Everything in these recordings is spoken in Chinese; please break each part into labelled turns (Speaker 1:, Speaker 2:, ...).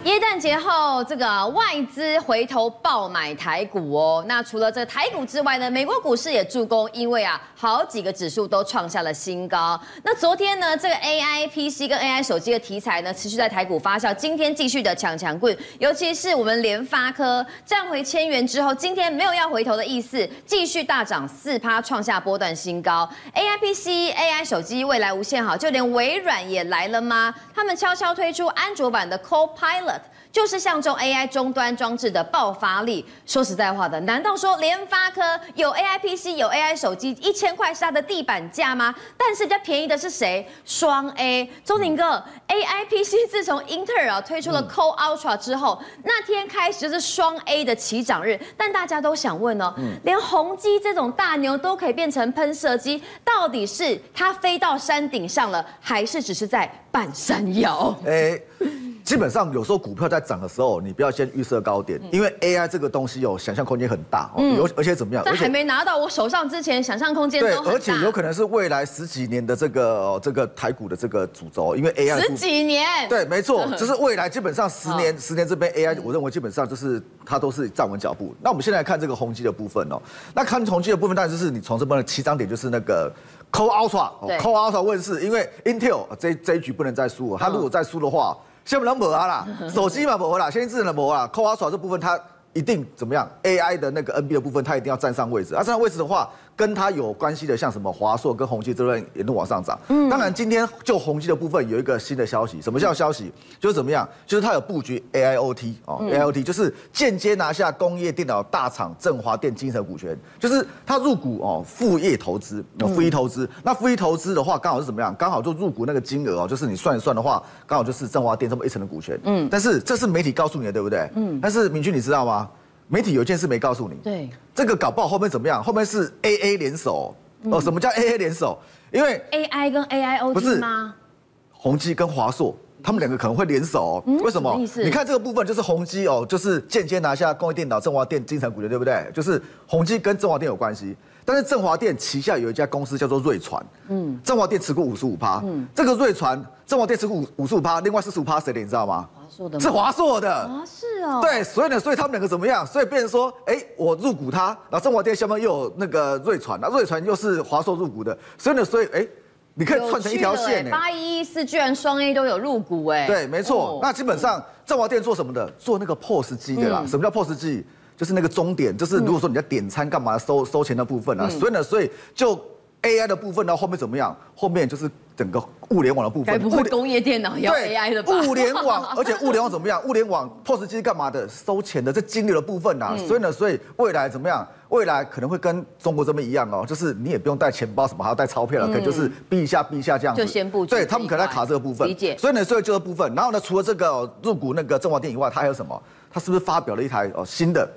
Speaker 1: 耶诞节后，这个外资回头爆买台股哦。那除了这台股之外呢，美国股市也助攻，因为好几个指数都创下了新高。那昨天呢，这个 AI PC 跟 AI 手机的题材呢，持续在台股发酵，今天继续的强棍，尤其是我们联发科站回1000元之后，今天没有要回头的意思，继续大涨4%，创下波段新高。AI PC、AI 手机未来无限好，就连微软也来了吗？他们悄悄推出安卓版的 Copilot， 就是象征 AI 终端装置的爆发力。说实在话的，难道说联发科有 AI PC 有 AI 手机1000块是它的地板价吗？但是比较便宜的是谁？双 A。钟宁哥 ，AI PC 自从英特尔推出了 Core Ultra 之后，那天开始就是双 A 的起涨日。但大家都想问哦，连宏基这种大牛都可以变成喷射机，到底是它飞到山顶上了，还是只是在半山腰？
Speaker 2: 基本上有时候股票在涨的时候，你不要先预设高点，因为 AI 这个东西想象空间很大，而且怎么样？
Speaker 1: 在还没拿到我手上之前，想象空间都很大。
Speaker 2: 对，而且有可能是未来10几年的这个台股的这个主轴，因为 AI
Speaker 1: 10几年，
Speaker 2: 对，没错，就是未来基本上10年这边 AI， 我认为基本上就是它都是站稳脚步。那我们现在看这个宏基的部分哦，那看宏基的部分，当然就是你从这边的起涨点就是那个 Core Ultra 问世，因为 Intel 这一局不能再输了，它如果再输的话。现在没啦，手机嘛没啦，先进智能没啦，Core Ultra 这部分它一定怎么样 ？AI 的那个 NB 的部分，它一定要站上位置。站上位置的话，跟它有关系的，像什么华硕跟宏基这边也都往上涨。当然今天就宏基的部分有一个新的消息，什么叫消息？就是怎么样？就是它有布局 AIoT ，AIoT 就是间接拿下工业电脑大厂振华电精神股权，就是它入股副业投资，副业投资。那副业投资的话，刚好是怎么样？刚好就入股那个金额就是你算一算的话，刚好就是振华电这么1成的股权。但是这是媒体告诉你的，对不对？但是明君你知道吗？媒体有一件事没告诉你，
Speaker 1: 对，
Speaker 2: 这个搞不好后面怎么样？后面是 AA 联手什么叫 AA 联手？因为
Speaker 1: AI 跟 AIoT
Speaker 2: 不是
Speaker 1: 吗？
Speaker 2: 宏基跟华硕，他们两个可能会联手为什么？你看这个部分就是宏基就是间接拿下工业电脑振华电精神股权，对不对？就是宏基跟振华电有关系，但是振华电旗下有一家公司叫做瑞传，振华电持股55%，这个瑞传振华电持股55%，另外45%谁的你知道吗？是华硕的
Speaker 1: 啊，是哦，
Speaker 2: 对，所以他们两个怎么样？所以变成说，我入股它，然后振华电下面又有那个瑞传，那瑞传又是华硕入股的，所以你可以串成一条线
Speaker 1: 8114居然双 A 都有入股
Speaker 2: 对，没错。那基本上振华电做什么的？做那个 POS 机的啦。什么叫 POS 机？就是那个终点，就是如果说你在点餐干嘛收钱的部分啊。所以就 AI 的部分到后面怎么样？后面就是整个物联网的部分。
Speaker 1: 该不会工业电脑要 AI 的吧？
Speaker 2: 物联网，而且物联网怎么样？物联网 POS 机干嘛的？收钱的，这金流的部分啊。所以未来怎么样？未来可能会跟中国这边一样就是你也不用带钱包什么，还要带钞票了，可能就是避一下这样子。
Speaker 1: 就先布局。
Speaker 2: 对他们可能在卡这个部分。
Speaker 1: 理解。
Speaker 2: 所以就这个部分，然后呢，除了这个入股那个振华电以外，它还有什么？它是不是发表了一台新的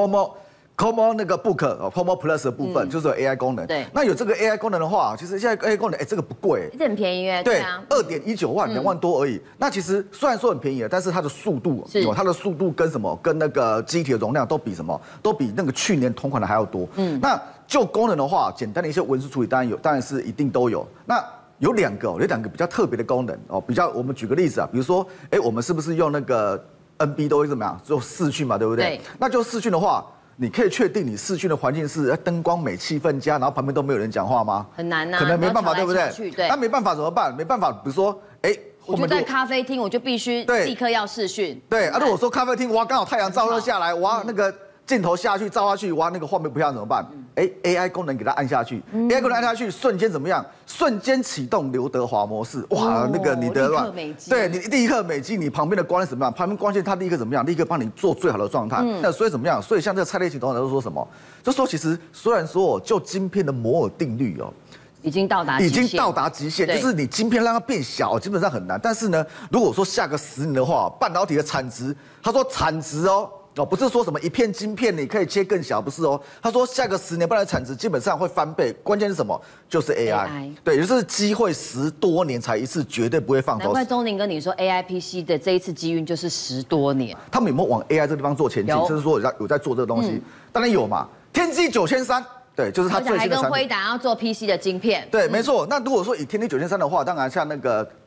Speaker 2: Como 那个 Book Como Plus 的部分，就是有 AI 功能。对，那有这个 AI 功能的话，其实现在 AI 功能，这个不贵，
Speaker 1: 这很便宜耶。
Speaker 2: 对，2.19万，2万多而已。那其实虽然说很便宜了，但是它的速度，它的速度跟什么？跟那个机体的容量都比什么？都比那个去年同款的还要多。那就功能的话，简单的一些文书处理当然是一定都有。那有两个比较特别的功能我们举个例子比如说，我们是不是用那个 NB 都会怎么样？做视讯嘛，对不对？对。那就视讯的话。你可以确定你视讯的环境是灯光美、气氛佳，然后旁边都没有人讲话吗？
Speaker 1: 很难
Speaker 2: 可能没办法，对不对？
Speaker 1: 对。
Speaker 2: 那没办法怎么办？没办法，比如说，
Speaker 1: 我就在咖啡厅，我就必须立刻要视讯。
Speaker 2: 对。如果说咖啡厅，刚好太阳照射下来，那个镜头下去照下去，那个画面不漂亮怎么办？AI 功能给它按下去，AI 功能按下去，瞬间怎么样？瞬间启动刘德华模式，那个你的对你立刻美肌，你旁边的光线怎么样？旁边光线它立刻怎么样？立刻帮你做最好的状态。那所以怎么样？所以像这个蔡烈群董事长都说什么？就说其实虽然说就晶片的摩尔定律
Speaker 1: 已经到达
Speaker 2: 极限，就是你晶片让它变小，基本上很难。但是呢，如果说下个10年的话，半导体的产值，他说产值不是说什么一片晶片你可以切更小，不是他说下个10年半的产值基本上会翻倍，关键是什么？就是 AI， 对，也就是机会10多年才一次，绝对不会放头。
Speaker 1: 难怪钟宁跟你说 AI PC 的这一次机运就是10多年。
Speaker 2: 他们有没有往 AI 这个地方做前进？甚至说有在做这个东西？当然有嘛，天玑9300。对，就是它最新的产品。
Speaker 1: 还跟辉达要做 PC 的晶片。
Speaker 2: 对，没错。那如果说以天玑9300的话，当然像那个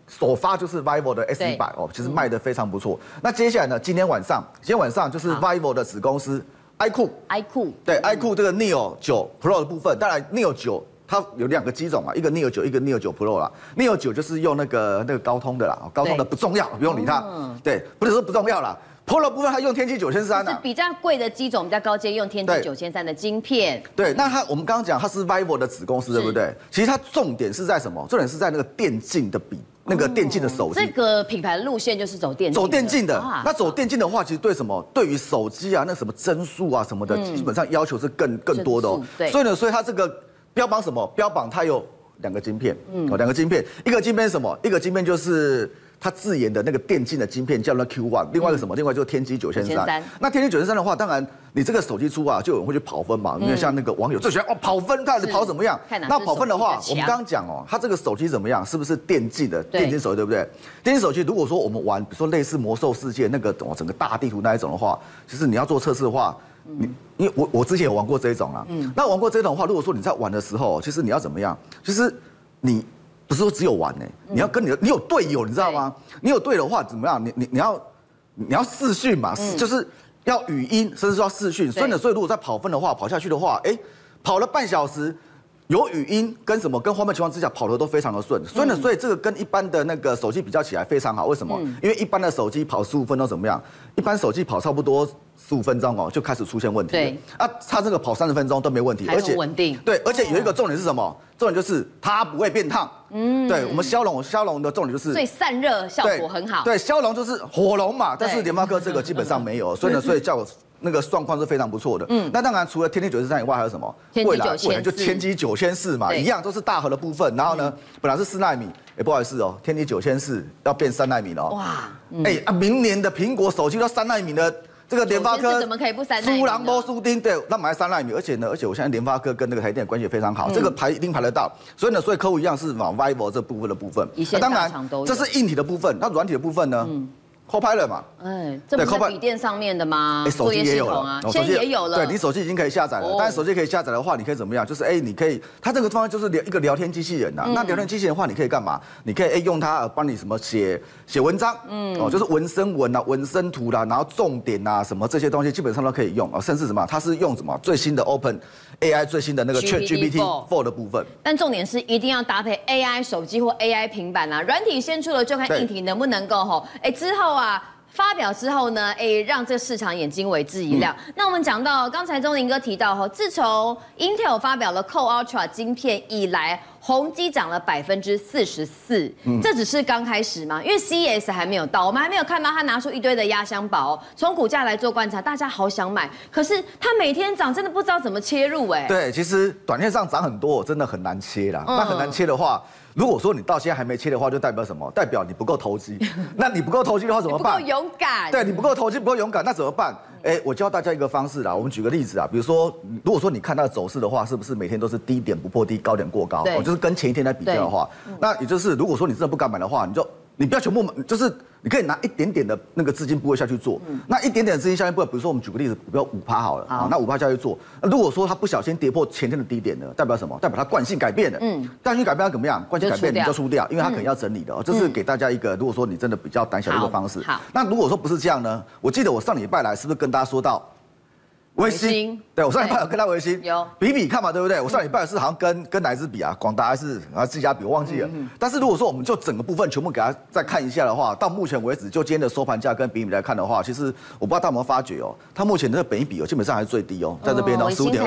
Speaker 2: 首发就是 vivo 的 S100哦，其实卖得非常不错。那接下来呢，今天晚上就是 vivo 的子公司 iQOO， 对 iQOO 这个 Neo 9 Pro 的部分，当然 Neo 9。它有2个机种啊，一个 Neo 9，一个 Neo 9 Pro 啦。Neo 9就是用那个高通的啦，高通的不重要，不用理它。对，不是说不重要啦。Pro 部分它用天玑9300
Speaker 1: 是比较贵的机种，比较高阶，用天玑9300的晶片。
Speaker 2: 对，那我们刚刚讲它是 vivo 的子公司，对不对？其实它重点是在什么？重点是在那个电竞的那个电竞的手机。
Speaker 1: 这个品牌的路线就是走电竞的。
Speaker 2: 那走电竞的话，其实对什么？对于手机啊，那什么帧数啊什么的，基本上要求是更多的哦。所以它这个标榜什么？标榜它有2个晶片，2个晶片，一个晶片是什么？一个晶片就是它自研的那个电竞的晶片叫那 Q1， 另外一个什么？另外就是天玑9300。那天玑9300的话，当然你这个手机出啊，就有人会去跑分嘛，因为像那个网友最喜欢跑分，看你跑怎么样。那跑分的话，我们刚刚讲哦，它这个手机怎么样？是不是电竞的电竞手机，对不对？电竞手机如果说我们玩，比如说类似魔兽世界那个整个大地图那一种的话，其实你要做测试的话。因为我之前有玩过这一种啦，那玩过这种的话，如果说你在玩的时候，其实你要怎么样？就是你不是说只有玩呢，你要跟你有队友，你知道吗？你有队友的话怎么样？你要视讯嘛，就是要语音，甚至说要视讯。所以如果在跑分的话，跑下去的话，跑了半小时。有语音跟什么跟画面情况之下跑的都非常的顺，所以这个跟一般的那个手机比较起来非常好。为什么？因为一般的手机跑15分钟怎么样？一般手机跑差不多15分钟哦，就开始出现问题。对啊，它这个跑30分钟都没问题，
Speaker 1: 而且稳定。
Speaker 2: 对，而且有一个重点是什么？重点就是它不会变烫。对，我们骁龙的重点就是，
Speaker 1: 所以散热效果很好。
Speaker 2: 对，骁龙就是火龙嘛，但是联发科这个基本上没有，所以效果。那个状况是非常不错的。那当然除了天玑93以外，还有什么？未来就天玑9004嘛，一样都是大核的部分。然后呢，本来是4奈米，不好意思哦，天玑9004要变3奈米了。哇，明年的苹果手机都3奈米的，这个联发科
Speaker 1: 怎么可以不3奈米？
Speaker 2: 苏朗波苏丁对，那买3奈米，而且我现在联发科跟那个台电关系也非常好，这个一定排得到。所以客户一样是往 vivo 这部分的部分。当然这是硬体的部分，那软体的部分呢？Copilot 嘛，
Speaker 1: 这不是笔电上面的吗？
Speaker 2: 手机也有了，
Speaker 1: 现在也有了。
Speaker 2: 对你手机已经可以下载了，但是手机可以下载的话，你可以怎么样？就是你可以，它这个方案就是一个聊天机器人呐。那聊天机器人的话，你可以干嘛？你可以用它帮你什么写文章，就是文生文啊、文生图啦，然后重点啊什么这些东西基本上都可以用啊，甚至什么，它是用什么最新的 Open AI 最新的那个 ChatGPT 4的部分。
Speaker 1: 但重点是一定要搭配 AI 手机或 AI 平板啊，软体先出了就看硬体能不能够之后啊。发表之后呢，让这市场眼睛为之一亮。那我们讲到刚才钟林哥提到自从 Intel 发表了 Core Ultra 晶片以来，宏基涨了44%，这只是刚开始吗？因为 CES 还没有到，我们还没有看到他拿出一堆的压箱宝。从股价来做观察，大家好想买，可是他每天涨，真的不知道怎么切入
Speaker 2: 对，其实短线上涨很多，真的很难切啦。那很难切的话。如果说你到现在还没切的话，就代表什么？代表你不够投机。那你不够投机的话怎么办？
Speaker 1: 不够勇敢。
Speaker 2: 对，你不够投机，不够勇敢，那怎么办？我教大家一个方式啦。我们举个例子啊，比如说，如果说你看它的走势的话，是不是每天都是低点不破低，高点过高？就是跟前一天来比较的话，那也就是如果说你真的不敢买的话，你不要全部买，就是你可以拿一点点的那个资金部位下去做。那一点点的资金下去部位，比如说我们举个例子，不要5%好了啊，那5%下去做。那如果说它不小心跌破前天的低点呢，代表什么？代表它惯性改变了。惯性改变它怎么样？惯性改变你就出掉，因为它可能要整理的。这是给大家一个，如果说你真的比较胆小的一个方式。好，那如果说不是这样呢？我记得我上礼拜来是不是跟大家说到？微星，对我上礼拜有跟他微星有比看嘛，对不对？我上礼拜是好像跟哪一支比啊？广达还是自家比？我忘记了。但是如果说我们就整个部分全部给他再看一下的话，到目前为止，就今天的收盘价跟比来看的话，其实我不知道大家有没有发觉它目前的本益比基本上还是最低在这边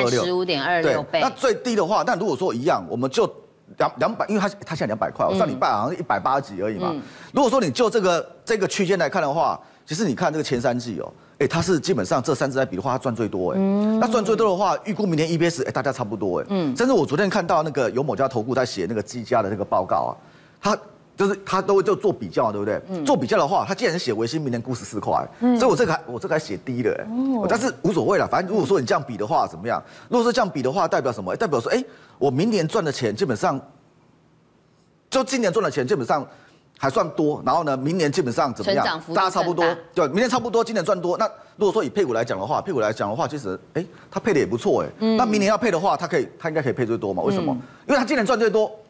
Speaker 1: 15.26倍。
Speaker 2: 那最低的话，但如果说一样，我们就200，因为它现在200块，我上礼拜好像是180几而已嘛。如果说你就这个区间来看的话，其实你看这个前3季它是基本上这3只来比的话，它赚最多那赚最多的话，预估明年 EPS 大家差不多甚至我昨天看到那个有某家投顾在写那个技嘉的这个报告他都会就做比较，对不对？做比较的话，他既然写微星明年估14块，所以我这个还写低了但是无所谓了，反正如果说你这样比的话怎么样？如果说这样比的话，代表什么？代表说我明年赚的钱基本上，就今年赚的钱基本上。还算多，然后呢，明年基本上怎么样？大家差不多，对，明年差不多，今年赚多。那如果说以配股来讲的话，其实它配的也不错那明年要配的话，它应该可以配最多嘛？为什么？因为它今年赚最多，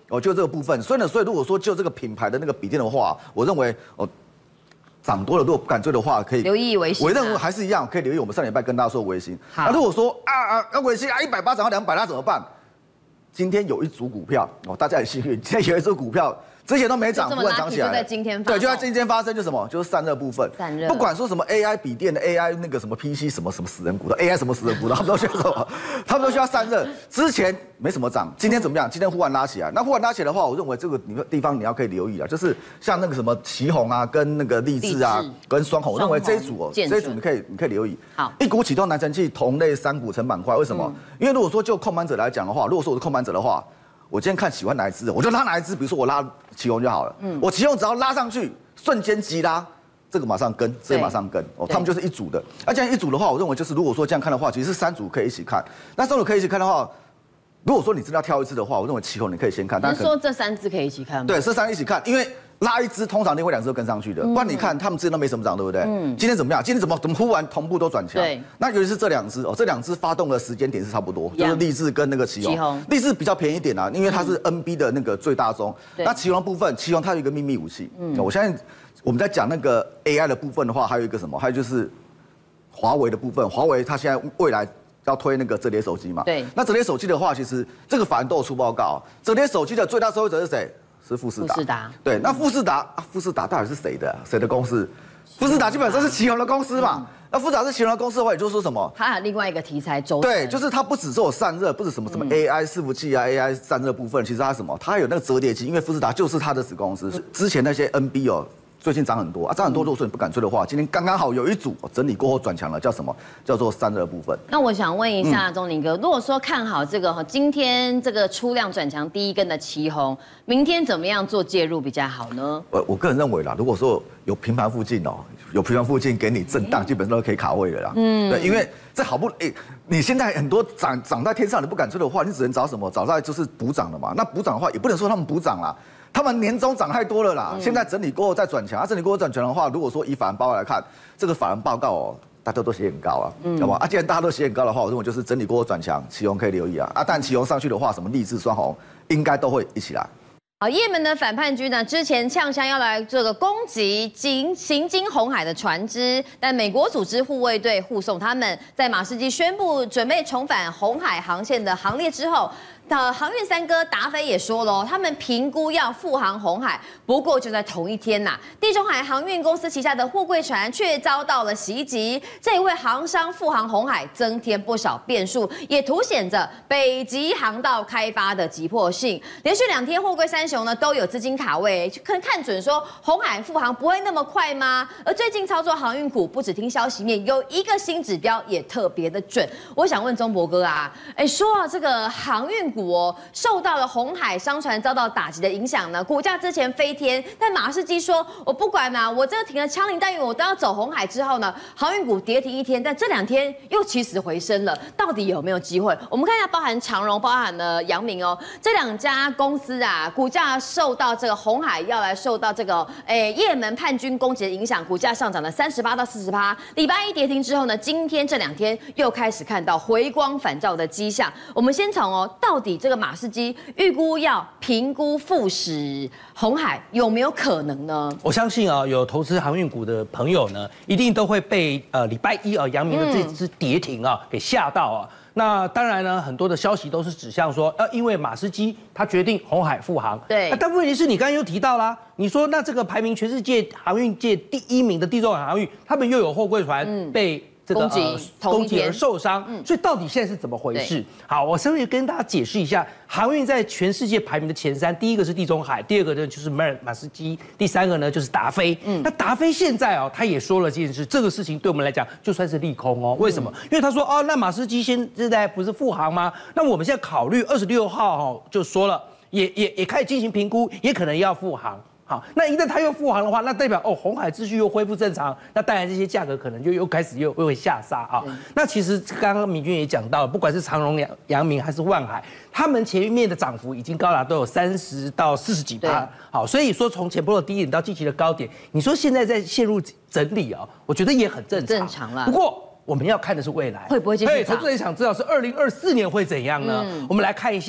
Speaker 2: 就这个部分。所以如果说就这个品牌的那个笔电的话，我认为涨多了，如果不敢追的话，可以
Speaker 1: 留意微星。
Speaker 2: 我认为还是一样，可以留意我们上礼拜跟大家说微星。那如果说微星180涨到200，那怎么办？今天有一组股票大家也幸运，今天有一组股票。之前都没涨，突然涨起来，
Speaker 1: 就在今天发
Speaker 2: 对，就在今天发生，就什么，就是散热部分。
Speaker 1: 散热，
Speaker 2: 不管说什么 AI 笔电的 AI 那个什么 PC 什么死人股的 AI 什么死人股的，他们都需要什么？他们都需要散热。之前没什么涨，今天怎么样？今天忽然拉起来。那忽然拉起来的话，我认为这个地方你要可以留意啊，就是像那个什么奇鋐啊，跟那个励志啊，跟双鋐，我认为这一组你可以留意。
Speaker 1: 好，
Speaker 2: 一股启动南城器同类3股成板块，为什么？因为如果说就控盘者来讲的话，如果说我是控盘者的话。我今天看喜欢哪一支，我就拉哪一支。比如说我拉奇鋐就好了，我奇鋐只要拉上去，瞬间急拉，这个马上跟，这个马上跟，他们就是一组的。那这样一组的话，我认为就是如果说这样看的话，其实是3组可以一起看。那3组可以一起看的话，如果说你真的要挑一支的话，我认为奇鋐你可以先看。
Speaker 1: 你是说这3支可以一起看吗？
Speaker 2: 对，这3支一起看，因为。拉一支，通常另外2支都跟上去的，不然你看他们之间都没什么涨，对不对？今天怎么样？今天怎么忽然同步都转强？
Speaker 1: 对。
Speaker 2: 那尤其是这2支这2支发动的时间点是差不多，就是励志跟那个奇鋐。励志比较便宜一点因为它是 NB 的那个最大宗。那奇鋐部分，奇鋐它有一个秘密武器。我相信我们在讲那个 AI 的部分的话，还有一个什么？还有就是华为的部分，华为它现在未来。要推那个折叠手机嘛？
Speaker 1: 对。
Speaker 2: 那折叠手机的话，其实这个法人都有出报告。折叠手机的最大受惠者是谁？是富士达。对，那富士达到底是谁的？谁的公司？富士达基本上是奇鋐的公司嘛。那富士达是奇鋐的公司的话，也就是说什么？
Speaker 1: 它还有另外一个题材周。
Speaker 2: 对，就是它不只是有散热，不止什么 AI 伺服器啊 ，AI 散热部分，其实它什么？它还有那个折叠机，因为富士达就是它的子公司。之前那些 NB 最近涨很多涨很多。如果说你不敢追的话，今天刚刚好有一组整理过后转强了，叫什么？叫做散热部分。
Speaker 1: 那我想问一下钟宁哥，如果说看好这个今天这个出量转强第一根的奇鋐，明天怎么样做介入比较好呢？我
Speaker 2: 个人认为啦，如果说有平盘附近有平盘附近给你震荡，基本上都可以卡位了啦。对，因为这好不你现在很多涨在天上，你不敢追的话，你只能找什么？找在就是补涨的嘛。那补涨的话，也不能说他们补涨啦。他们年终涨太多了啦，现在整理过后再转强。整理过后转强的话，如果说以法人报告来看，这个法人报告大家都写很高好不好？既然大家都写很高的话，我认为就是整理过后转强，奇鋐可以留意但奇鋐上去的话，什么励志、双鋐应该都会一起来。
Speaker 1: 好，也门的反叛军呢，之前呛香要来这个攻击行经红海的船只，但美国组织护卫队护送他们，在马士基宣布准备重返红海航线的行列之后。航运3哥达飞也说了，他们评估要复航红海，不过就在同一天地中海航运公司旗下的货柜船却遭到了袭击，这也为航商复航红海增添不少变数，也凸显着北极航道开发的急迫性。连续2天货柜3雄呢都有资金卡位，看准说红海复航不会那么快吗？而最近操作航运股不只听消息面，有一个新指标也特别的准。我想问钟博哥说这个航运股受到了红海商船遭到打击的影响呢，股价之前飞天，但马士基说我不管我这个停了枪林弹雨，我都要走红海之后呢，航运股跌停1天，但这2天又起死回生了，到底有没有机会？我们看一下，包含长荣、包含了阳明这2家公司股价受到这个红海要来受到这个也门叛军攻击的影响，股价上涨了38%到40%。礼拜一跌停之后呢，今天这2天又开始看到回光返照的迹象。我们先从到底这个马士基预估要评估复驶红海有没有可能呢？
Speaker 3: 我相信有投资航运股的朋友呢，一定都会被礼拜一阳明的这支跌停给吓到那当然呢，很多的消息都是指向说，因为马士基他决定红海复航。
Speaker 1: 对。
Speaker 3: 但问题是你刚刚又提到啦，你说那这个排名全世界航运界第1名的地中海航运，他们又有货柜船被这个攻击而受伤，所以到底现在是怎么回事？好，我稍微跟大家解释一下，航运在全世界排名的前3，第一个是地中海，第2个呢就是马士基，第3个呢就是达飞。那达飞现在他也说了这件事，这个事情对我们来讲就算是利空为什么？因为他说那马士基现在不是复航吗？那我们现在考虑26号就说了，也开始进行评估，也可能要复航。好，那一旦它又复航的话，那代表红海秩序又恢复正常，那当然这些价格可能就又开始又会下杀那其实刚刚明君也讲到了，不管是长荣、阳明还是万海，他们前面的涨幅已经高达都有30%到40几%。好，所以说从前波的低点到近期的高点，你说现在在陷入整理我觉得也很正常
Speaker 1: 啦。
Speaker 3: 不过我们要看的是未来
Speaker 1: 会不会继续涨？
Speaker 3: 投资人想知道是2024年会怎样呢？我们来看一下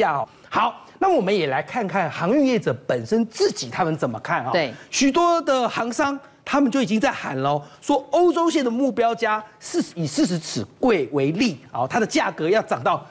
Speaker 3: 好，那我们也来看看航运业者本身自己他们怎么看啊？
Speaker 1: 对，许
Speaker 3: 多的航商他们就已经在喊了，说欧洲线的目标价以40尺柜为例，它的价格要涨到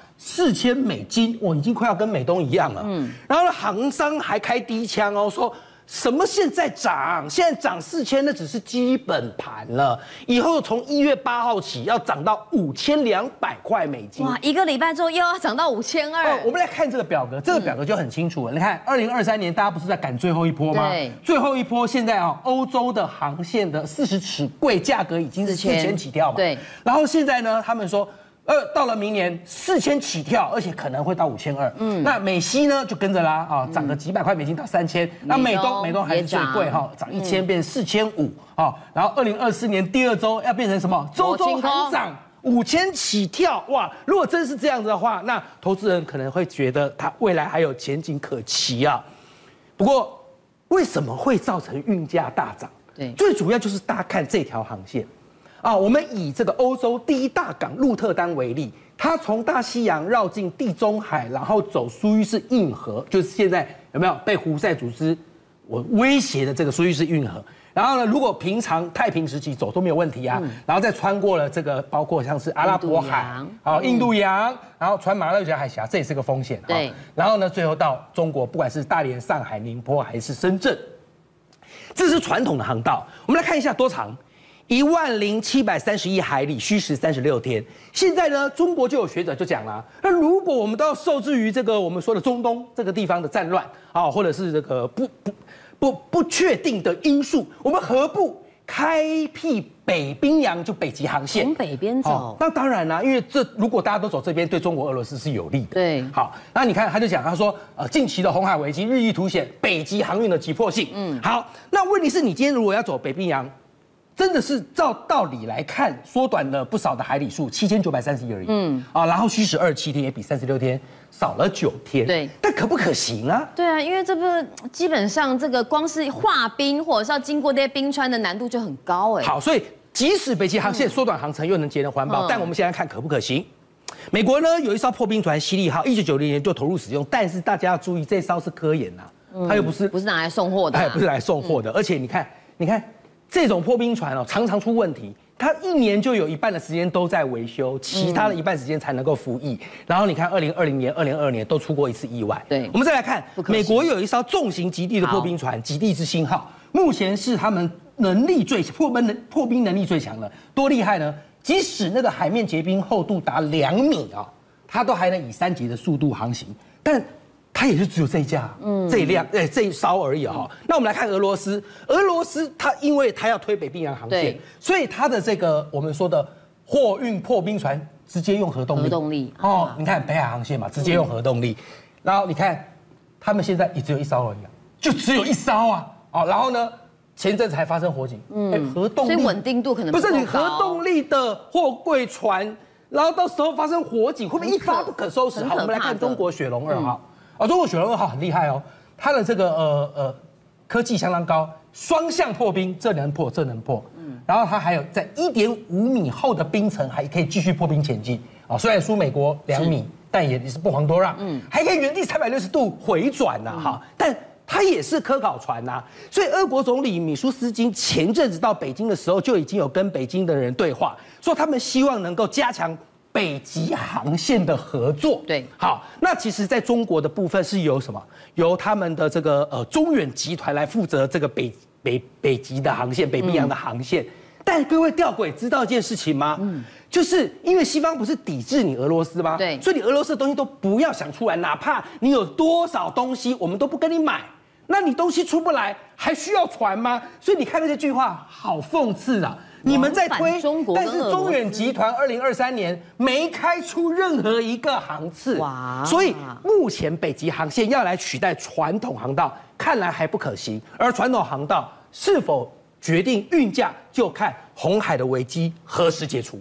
Speaker 3: $4000，已经快要跟美东一样了。然后呢，航商还开低腔说什么现在涨4000，那只是基本盘了，以后从1月8号起要涨到$5200。哇，
Speaker 1: 一个礼拜之后又要涨到5200。
Speaker 3: 我们来看这个表格，这个表格就很清楚了。你看，2023年大家不是在赶最后一波吗？
Speaker 1: 对，
Speaker 3: 最后一波现在欧洲的航线的40尺柜价格已经是4000起跳嘛。对，然后现在呢，他们说。到了明年4000起跳，而且可能会到5200。那美西呢就跟着啦，涨个几百块美金到3000。那美东还是最贵涨1000变4500然后2024年第2周要变成什么？周还涨5000起跳。哇！如果真是这样子的话，那投资人可能会觉得它未来还有前景可期啊。不过为什么会造成运价大涨？
Speaker 1: 对，
Speaker 3: 最主要就是大家看这条航线。我们以这个欧洲第一大港鹿特丹为例，它从大西洋绕进地中海，然后走苏伊士运河，就是现在有没有被胡塞组织威胁的这个苏伊士运河。然后呢，如果平常太平时期走都没有问题啊，然后再穿过了这个包括像是阿拉伯海、印度洋，然后穿马六甲海峡，这也是个风险。
Speaker 1: 对，
Speaker 3: 然后呢，最后到中国，不管是大连、上海、宁波还是深圳，这是传统的航道。我们来看一下多长。10731海里，需时36天。现在呢，中国就有学者就讲了，那如果我们都要受制于这个我们说的中东这个地方的战乱或者是这个不确定的因素，我们何不开辟北冰洋，就北极航线，
Speaker 1: 从北边走？
Speaker 3: 那当然啦，因为如果大家都走这边，对中国、俄罗斯是有利的。
Speaker 1: 对，
Speaker 3: 好，那你看他就讲，他说，近期的红海危机日益凸显北极航运的急迫性。好，那问题是你今天如果要走北冰洋。真的是照道理来看，缩短了不少的海里数，7931而已。然后需时27天，也比36天少了9天。
Speaker 1: 对，
Speaker 3: 但可不可行啊？
Speaker 1: 对啊，因为这不基本上这个光是化冰或者是要经过这些冰川的难度就很高哎。
Speaker 3: 好，所以即使北极航线缩短航程又能节能环保，但我们现在看可不可行？美国呢有一艘破冰船犀利号，1990年就投入使用，但是大家要注意，这艘是科研它又不是
Speaker 1: 拿来送货的，
Speaker 3: 不是来送货的，而且你看。这种破冰船常常出问题，它1年就有一半的时间都在维修，其他的一半时间才能够服役。然后你看2020年、2022年都出过一次意外。
Speaker 1: 对，
Speaker 3: 我们再来看，美国有一艘重型极地的破冰船——极地之星号，目前是他们破冰能力最强的，多厉害呢？即使那个海面结冰厚度达2米它都还能以3节的速度航行，但它也是只有这一架，这一艘而已那我们来看俄罗斯，它因为它要推北冰洋航线，所以它的这个我们说的货运破冰船直接用核动力。你看北海航线嘛，直接用核动力。然后你看，他们现在也只有1艘而已就只有1艘然后呢，前阵子还发生火警，核动力，
Speaker 1: 所以稳定度可能
Speaker 3: 不是你核动力的货柜船，然后到时候发生火警，会不会一发不可收拾？好，我们来看中国雪龙2号。中国雪龙2号很厉害它的这个科技相当高，双向破冰，这能破。然后它还有在1.5米厚的冰层还可以继续破冰前进虽然输美国2米，但也是不遑多让，还可以原地360度回转但它也是科考船所以俄国总理米舒斯金前阵子到北京的时候就已经有跟北京的人对话，说他们希望能够加强北极航线的合作。
Speaker 1: 对，
Speaker 3: 好，那其实在中国的部分是由什么？由他们的这个中远集团来负责这个北极的航线，北冰洋的航线。但各位吊诡知道一件事情吗？就是因为西方不是抵制你俄罗斯吗？
Speaker 1: 对，
Speaker 3: 所以你俄罗斯的东西都不要想出来，哪怕你有多少东西，我们都不跟你买。那你东西出不来，还需要船吗？所以你看这句话，好讽刺啊！你们在推，但是中远集团2023年没开出任何一个航次，所以目前北极航线要来取代传统航道，看来还不可行。而传统航道是否决定运价，就看红海的危机何时解除。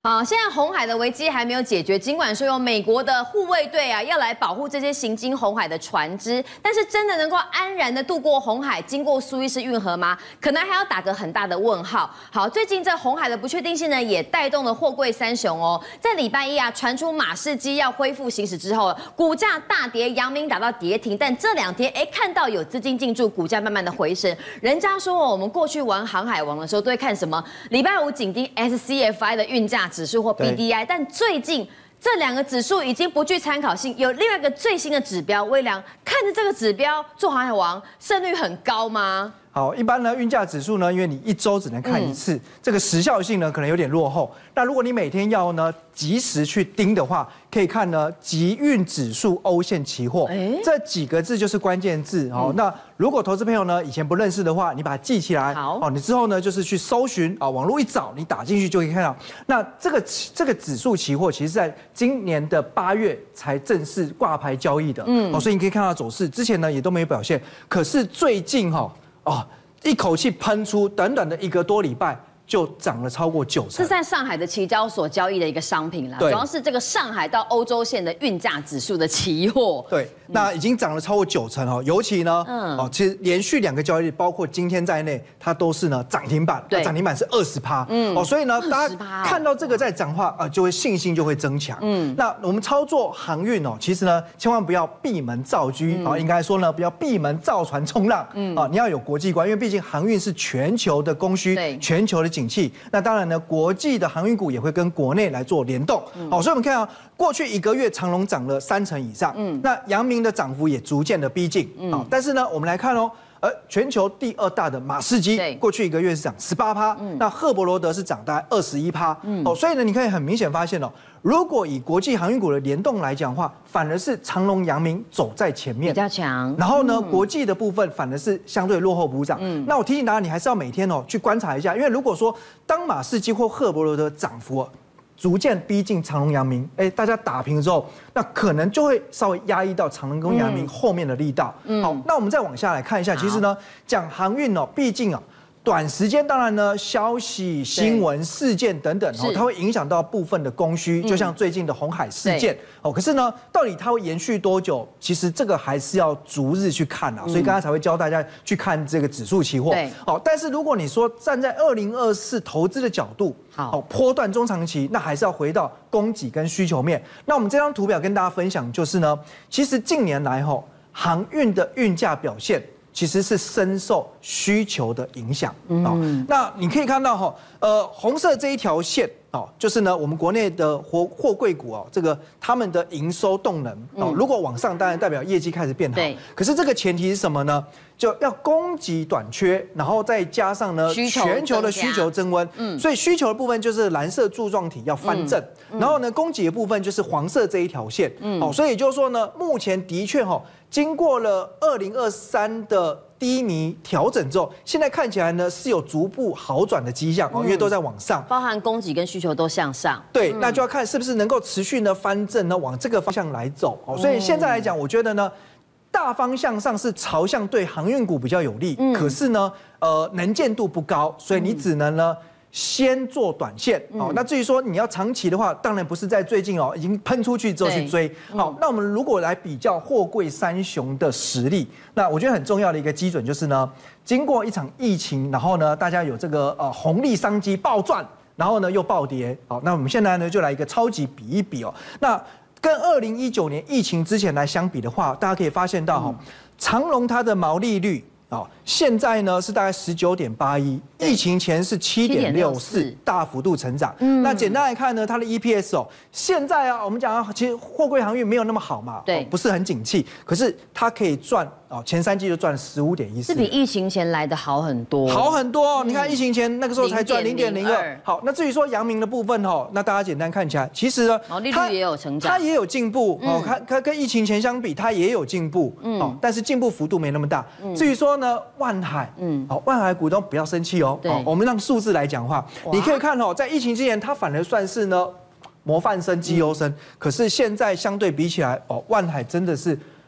Speaker 1: 好，现在红海的危机还没有解决，尽管说有美国的护卫队啊要来保护这些行经红海的船只，但是真的能够安然的渡过红海，经过苏伊士运河吗？可能还要打个很大的问号。好，最近这红海的不确定性呢，也带动了货柜三雄哦，在礼拜一啊传出马士基要恢复行驶之后，股价大跌，阳明打到跌停，但这2天看到有资金进驻，股价慢慢的回升。人家说我们过去玩航海王的时候都会看什么？礼拜五紧盯 SCFI 的运价指数或 BDI， 但最近这2个指数已经不具参考性，有另外一个最新的指标，微良看着这个指标做航海王胜率很高吗？
Speaker 4: 好，一般呢，运价指数呢，因为你1周只能看1次，这个时效性呢可能有点落后。那如果你每天要呢及时去盯的话，可以看呢集运指数欧线期货，这几个字就是关键字。好，那如果投资朋友呢以前不认识的话，你把它记起来。好，你之后呢就是去搜寻啊，网络一找，你打进去就可以看到。那这个指数期货其实在今年的8月才正式挂牌交易的。所以你可以看到走势，之前呢也都没有表现，可是最近一口气喷出，短短的1个多礼拜就涨了超过90%。
Speaker 1: 是在上海的期交所交易的一个商品啦，主要是这个上海到欧洲线的运价指数的期货。
Speaker 4: 对，那已经涨了超过90%哦。尤其呢，其实连续2个交易日，包括今天在内，它都是呢涨停板，涨停板是20%。所以呢，大家看到这个在涨话，就会信心就会增强。那我们操作航运其实呢，千万不要闭门造车应该说呢，不要闭门造船冲浪你要有国际观，因为毕竟航运是全球的供需，全球的景气。那当然呢，国际的航运股也会跟国内来做联动。所以我们看过去1个月长荣涨了30%以上，那阳明的涨幅也逐渐的逼近。但是呢，我们来看全球第2大的马士基，过去1个月是涨18%，那赫伯罗德是涨大概21%。所以呢，你可以很明显发现如果以国际航运股的联动来讲的话，反而是长荣、阳明走在前面，
Speaker 1: 比较强。
Speaker 4: 然后呢，国际的部分反而是相对落后补涨。那我提醒大家，你还是要每天去观察一下，因为如果说当马士基或赫伯罗德涨幅逐渐逼近长荣、阳明，大家打平之后，那可能就会稍微压抑到长荣跟阳明后面的力道。好，那我们再往下来看一下，其实呢，讲航运毕竟短时间当然呢，消息、新闻、事件等等它会影响到部分的供需，就像最近的红海事件可是呢，到底它会延续多久？其实这个还是要逐日去看所以刚才才会教大家去看这个指数期货。但是如果你说站在2024投资的角度，波段中长期，那还是要回到供给跟需求面。那我们这张图表跟大家分享就是呢，其实近年来航运的运价表现其实是深受需求的影响。那你可以看到红色这一条线就是呢我们国内的货柜股这个他们的营收动能如果往上，当然代表业绩开始变好。可是这个前提是什么呢？就要供给短缺，然后再加上呢全球的需求增温。所以需求的部分就是蓝色柱状体要翻正，然后呢供给的部分就是黄色这一条线。所以也就是说呢，目前的确经过了2023的低迷调整之后，现在看起来呢是有逐步好转的迹象因为都在往上，
Speaker 1: 包含供给跟需求都向上。
Speaker 4: 对，那就要看是不是能够持续呢翻正呢往这个方向来走。所以现在来讲，我觉得呢大方向上是朝向对航运股比较有利，可是呢能见度不高，所以你只能呢先做短线。那至于说你要长期的话，当然不是在最近已经喷出去之后去追。好，那我们如果来比较货柜三雄的实力，那我觉得很重要的一个基准就是呢，经过一场疫情，然后呢大家有这个红利商机暴赚，然后呢又暴跌。好，那我们现在呢就来一个超级比一比那跟2019年疫情之前来相比的话，大家可以发现到长荣它的毛利率现在呢是大概19.81，疫情前是7.64，大幅度成长。那简单来看呢，它的 EPS 现在我们讲其实货柜航运没有那么好嘛，不是很景气，可是它可以赚前3季就赚15.14，
Speaker 1: 是比疫情前来的好很多，
Speaker 4: 好很多你看疫情前那个时候才赚0.02。好，那至于说阳明的部分那大家简单看起来，其实呢
Speaker 1: 毛利率也有成长，
Speaker 4: 它也有进步它跟疫情前相比，它也有进步但是进步幅度没那么大。至于说呢万海万海股东不要生气我们让数字来讲话，你可以看在疫情之前它反而算是呢模范生绩优生，可是现在相对比起来万海真的是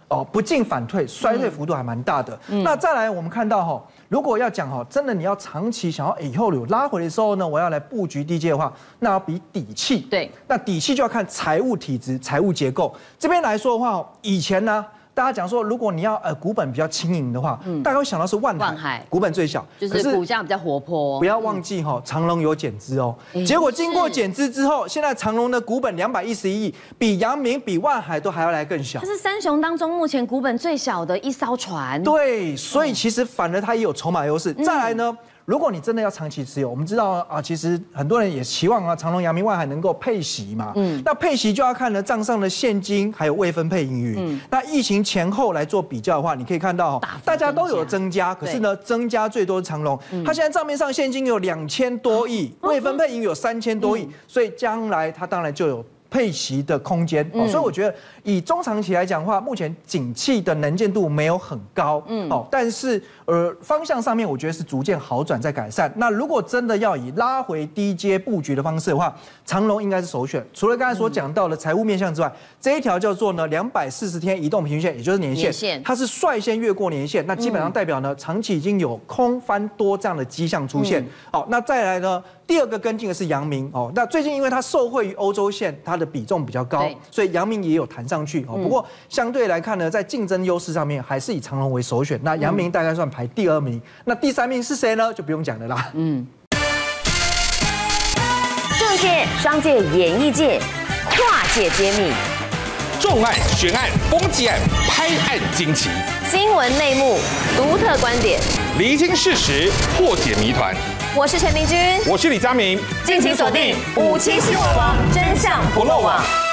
Speaker 4: 不进反退，衰退幅度还蛮大的。那再来我们看到如果要讲真的你要长期想要以后有拉回的时候呢，我要来布局低阶的话，那要比底气。
Speaker 1: 对，
Speaker 4: 那底气就要看财务体质、财务结构这边来说的话，以前呢。大家讲说，如果你要股本比较轻盈的话，大家会想到是万海，股本最小，
Speaker 1: 就是股价比较活泼。
Speaker 4: 不要忘记长荣有减资哦，结果经过减资之后，现在长荣的股本211亿，比阳明、比万海都还要来更小。
Speaker 1: 它是三雄当中目前股本最小的一艘船。
Speaker 4: 对，所以其实反而它也有筹码优势。再来呢？如果你真的要长期持有，我们知道其实很多人也期望长荣、阳明、万海能够配息嘛。那配息就要看呢账上的现金还有未分配盈余。那疫情前后来做比较的话，你可以看到大家都有增加，可是呢增加最多是长荣，它现在账面上现金有2000多亿，未分配盈余有3000多亿，所以将来它当然就有配息的空间。所以我觉得以中长期来讲的话，目前景气的能见度没有很高，但是方向上面我觉得是逐渐好转在改善。那如果真的要以拉回低阶布局的方式的话，长荣应该是首选。除了刚才所讲到的财务面向之外，这一条叫做呢240天移动平均线，也就是年线，它是率先越过年线，那基本上代表呢长期已经有空翻多这样的迹象出现。好，那再来呢？第二个跟进的是阳明那最近因为它受惠于欧洲线，它的比重比较高，所以阳明也有弹上去不过相对来看呢，在竞争优势上面还是以长荣为首选。那阳明大概算排第2名，那第3名是谁呢？就不用讲了啦。
Speaker 1: 政界、商界、演艺界跨界揭秘，
Speaker 5: 重案、悬案、攻击案、拍案惊奇，
Speaker 1: 新闻内幕、独特观点，
Speaker 5: 厘清事实，破解谜团。
Speaker 1: 我是陈明君，
Speaker 5: 我是李佳明，
Speaker 1: 敬请锁定57新闻网，真相不漏网。